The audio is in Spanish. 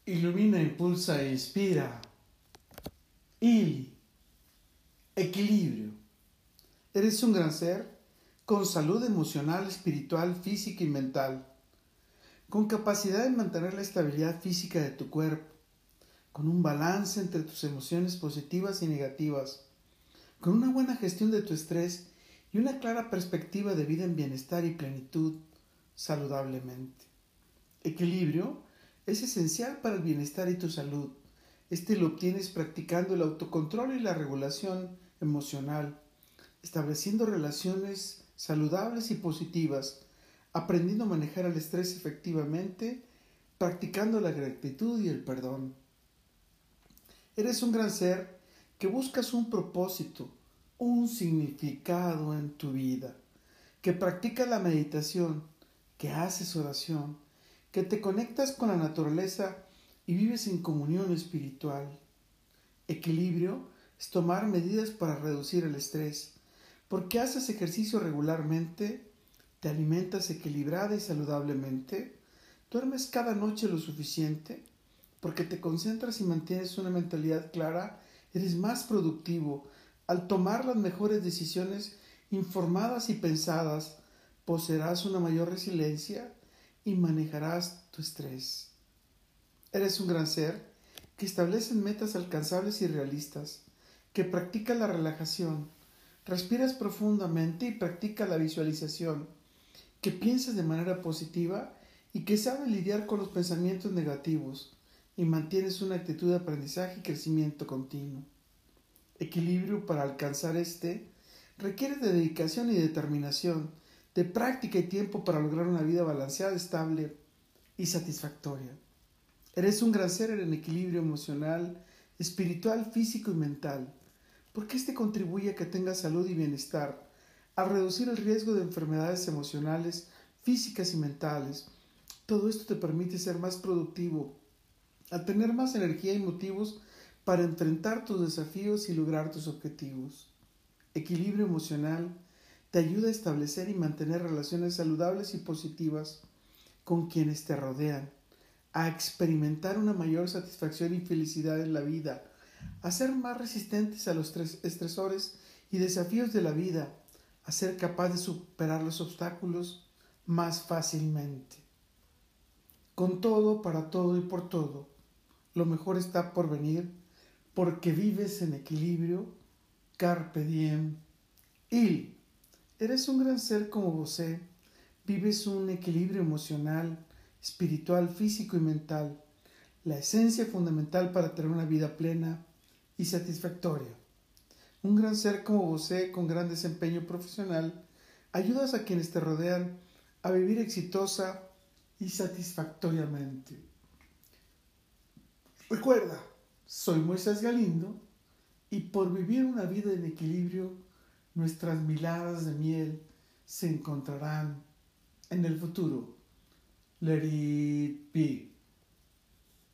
Ilumina, impulsa e inspira. Equilibrio. Eres un gran ser con salud emocional, espiritual, física y mental, con capacidad de mantener la estabilidad física de tu cuerpo, con un balance entre tus emociones positivas y negativas, con una buena gestión de tu estrés y una clara perspectiva de vida en bienestar y plenitud saludablemente. Equilibrio es esencial para el bienestar y tu salud. Este lo obtienes practicando el autocontrol y la regulación emocional, estableciendo relaciones saludables y positivas, aprendiendo a manejar el estrés efectivamente, practicando la gratitud y el perdón. Eres un gran ser que buscas un propósito, un significado en tu vida, que practicas la meditación, que haces oración, que te conectas con la naturaleza y vives en comunión espiritual. Equilibrio es tomar medidas para reducir el estrés, porque haces ejercicio regularmente, te alimentas equilibrada y saludablemente, duermes cada noche lo suficiente, porque te concentras y mantienes una mentalidad clara, eres más productivo al tomar las mejores decisiones informadas y pensadas, poseerás una mayor resiliencia y manejarás tu estrés. Eres un gran ser que establece metas alcanzables y realistas, que practica la relajación, respiras profundamente y practica la visualización, que piensas de manera positiva y que sabe lidiar con los pensamientos negativos y mantienes una actitud de aprendizaje y crecimiento continuo. Equilibrio para alcanzar requiere de dedicación y determinación, de práctica y tiempo para lograr una vida balanceada, estable y satisfactoria. Eres un gran ser en equilibrio emocional, espiritual, físico y mental, porque contribuye a que tengas salud y bienestar, a reducir el riesgo de enfermedades emocionales, físicas y mentales. Todo esto te permite ser más productivo, a tener más energía y motivos para enfrentar tus desafíos y lograr tus objetivos. Equilibrio emocional te ayuda a establecer y mantener relaciones saludables y positivas con quienes te rodean, a experimentar una mayor satisfacción y felicidad en la vida, a ser más resistentes a los estresores y desafíos de la vida, a ser capaz de superar los obstáculos más fácilmente. Con todo, para todo y por todo, lo mejor está por venir, porque vives en equilibrio. Carpe diem. Eres un gran ser como vosé, vives un equilibrio emocional, espiritual, físico y mental, la esencia fundamental para tener una vida plena y satisfactoria. Un gran ser como vosé, con gran desempeño profesional, ayudas a quienes te rodean a vivir exitosa y satisfactoriamente. Recuerda, soy Moisés Galindo y por vivir una vida en equilibrio, nuestras miradas de miel se encontrarán en el futuro. Let it be.